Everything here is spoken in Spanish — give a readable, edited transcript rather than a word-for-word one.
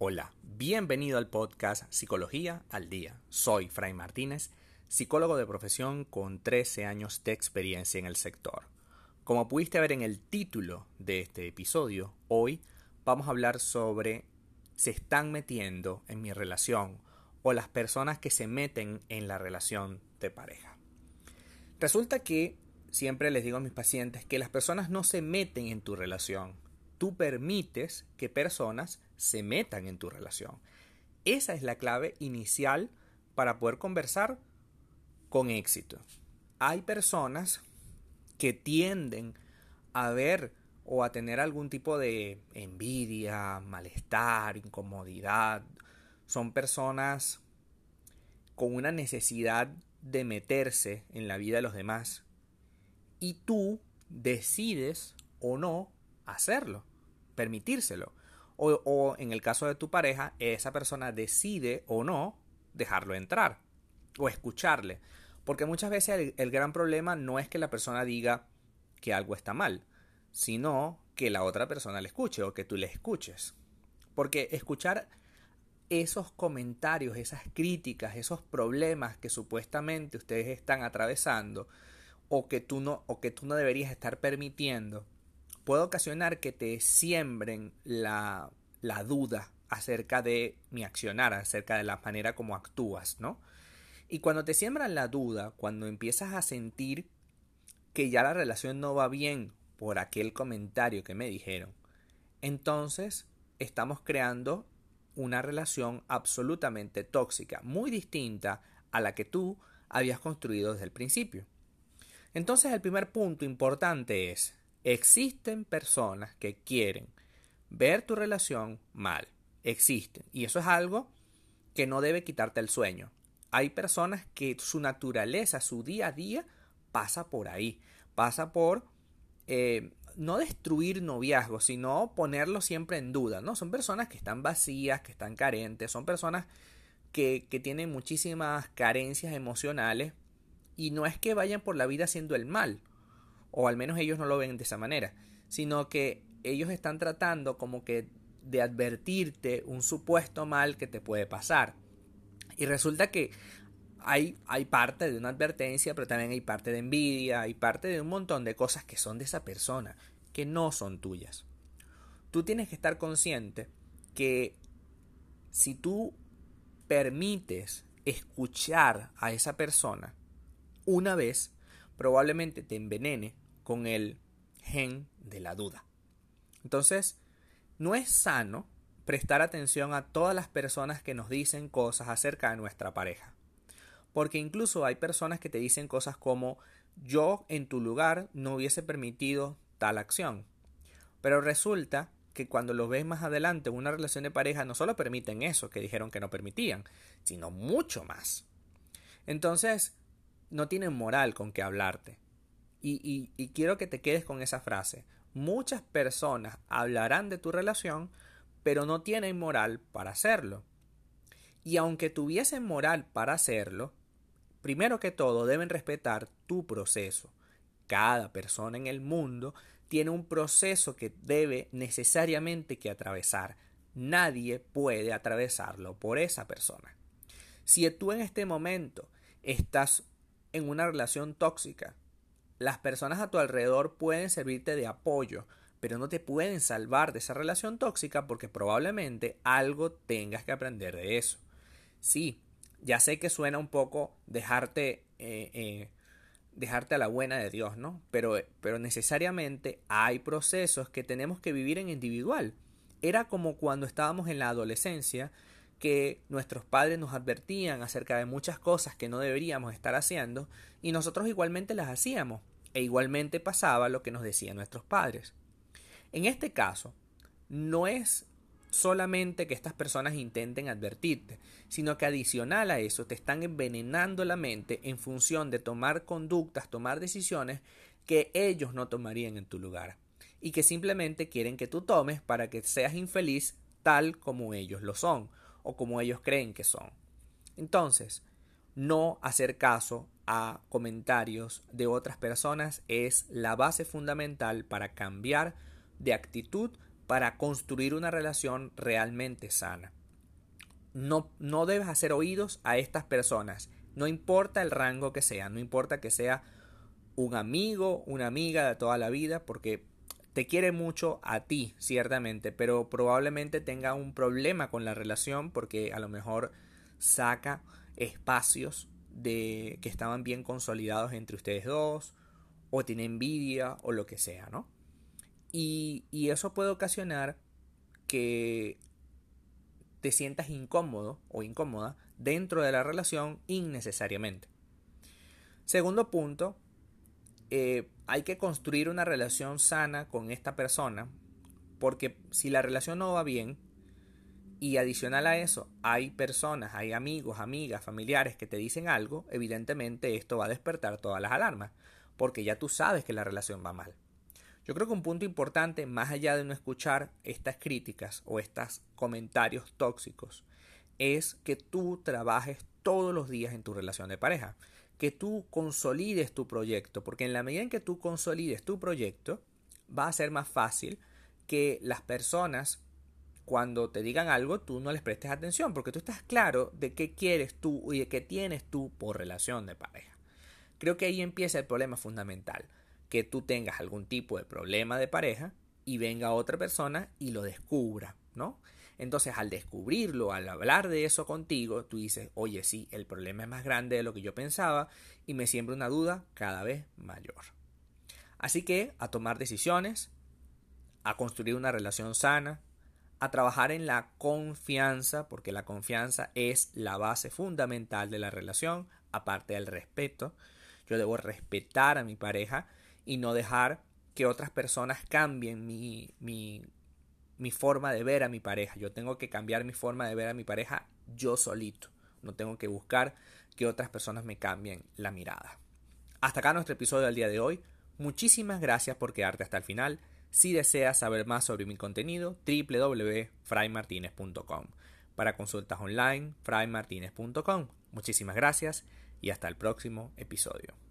Hola, bienvenido al podcast Psicología al Día. Soy Fray Martínez, psicólogo de profesión con 13 años de experiencia en el sector. Como pudiste ver en el título de este episodio, hoy vamos a hablar sobre se están metiendo en mi relación o las personas que se meten en la relación de pareja. Resulta que siempre les digo a mis pacientes que las personas no se meten en tu relación. Tú permites que personas se metan en tu relación. Esa es la clave inicial para poder conversar con éxito. Hay personas que tienden a ver o a tener algún tipo de envidia, malestar, incomodidad. Son personas con una necesidad de meterse en la vida de los demás. Y tú decides o no hacerlo, permitírselo. O en el caso de tu pareja, esa persona decide o no dejarlo entrar o escucharle. Porque muchas veces el gran problema no es que la persona diga que algo está mal, sino que la otra persona le escuche o que tú le escuches. Porque escuchar esos comentarios, esas críticas, esos problemas que supuestamente ustedes están atravesando o que tú no deberías estar permitiendo, puede ocasionar que te siembren la duda acerca de mi accionar, acerca de la manera como actúas, ¿no? Y cuando te siembran la duda, cuando empiezas a sentir que ya la relación no va bien por aquel comentario que me dijeron, entonces estamos creando una relación absolutamente tóxica, muy distinta a la que tú habías construido desde el principio. Entonces el primer punto importante es, existen personas que quieren ver tu relación mal. Existen. Y eso es algo que no debe quitarte el sueño. Hay personas que su naturaleza, su día a día, pasa por ahí. Pasa por no destruir noviazgos, sino ponerlo siempre en duda, ¿no? Son personas que están vacías, que están carentes, son personas que tienen muchísimas carencias emocionales y no es que vayan por la vida haciendo el mal, o al menos ellos no lo ven de esa manera, sino que ellos están tratando como que de advertirte un supuesto mal que te puede pasar. Y resulta que hay parte de una advertencia, pero también hay parte de envidia, hay parte de un montón de cosas que son de esa persona, que no son tuyas. Tú tienes que estar consciente que si tú permites escuchar a esa persona una vez, probablemente te envenene con el gen de la duda. Entonces, no es sano prestar atención a todas las personas que nos dicen cosas acerca de nuestra pareja. Porque incluso hay personas que te dicen cosas como yo en tu lugar no hubiese permitido tal acción. Pero resulta que cuando los ves más adelante en una relación de pareja no solo permiten eso que dijeron que no permitían, sino mucho más. Entonces, no tienen moral con qué hablarte. Y quiero que te quedes con esa frase. Muchas personas hablarán de tu relación, pero no tienen moral para hacerlo. Y aunque tuviesen moral para hacerlo, primero que todo deben respetar tu proceso. Cada persona en el mundo tiene un proceso que debe necesariamente que atravesar. Nadie puede atravesarlo por esa persona. Si tú en este momento estás en una relación tóxica, las personas a tu alrededor pueden servirte de apoyo, pero no te pueden salvar de esa relación tóxica porque probablemente algo tengas que aprender de eso. Sí, ya sé que suena un poco dejarte a la buena de Dios, ¿no? Pero necesariamente hay procesos que tenemos que vivir en individual. Era como cuando estábamos en la adolescencia, que nuestros padres nos advertían acerca de muchas cosas que no deberíamos estar haciendo y nosotros igualmente las hacíamos e igualmente pasaba lo que nos decían nuestros padres. En este caso, no es solamente que estas personas intenten advertirte, sino que adicional a eso te están envenenando la mente en función de tomar conductas, tomar decisiones que ellos no tomarían en tu lugar y que simplemente quieren que tú tomes para que seas infeliz tal como ellos lo son o como ellos creen que son. Entonces, no hacer caso a comentarios de otras personas es la base fundamental para cambiar de actitud, para construir una relación realmente sana. no debes hacer oídos a estas personas. No importa el rango que sea, no importa que sea un amigo, una amiga de toda la vida, porque te quiere mucho a ti, ciertamente, pero probablemente tenga un problema con la relación porque a lo mejor saca espacios que estaban bien consolidados entre ustedes dos, o tiene envidia o lo que sea, ¿no? Y eso puede ocasionar que te sientas incómodo o incómoda dentro de la relación innecesariamente. Segundo punto, hay que construir una relación sana con esta persona, porque si la relación no va bien y adicional a eso hay personas, hay amigos, amigas, familiares que te dicen algo, evidentemente esto va a despertar todas las alarmas, porque ya tú sabes que la relación va mal. Yo creo que un punto importante, más allá de no escuchar estas críticas o estos comentarios tóxicos, es que tú trabajes todos los días en tu relación de pareja, que tú consolides tu proyecto, porque en la medida en que tú consolides tu proyecto, va a ser más fácil que las personas, cuando te digan algo, tú no les prestes atención, porque tú estás claro de qué quieres tú y de qué tienes tú por relación de pareja. Creo que ahí empieza el problema fundamental, que tú tengas algún tipo de problema de pareja y venga otra persona y lo descubra, ¿no? Entonces, al descubrirlo, al hablar de eso contigo, tú dices, oye, sí, el problema es más grande de lo que yo pensaba y me siembra una duda cada vez mayor. Así que, a tomar decisiones, a construir una relación sana, a trabajar en la confianza, porque la confianza es la base fundamental de la relación, aparte del respeto. Yo debo respetar a mi pareja y no dejar que otras personas cambien mi forma de ver a mi pareja. Yo tengo que cambiar mi forma de ver a mi pareja yo solito. No tengo que buscar que otras personas me cambien la mirada. Hasta acá nuestro episodio del día de hoy. Muchísimas gracias por quedarte hasta el final. Si deseas saber más sobre mi contenido, www.fraymartinez.com. Para consultas online, fraymartinez.com. Muchísimas gracias y hasta el próximo episodio.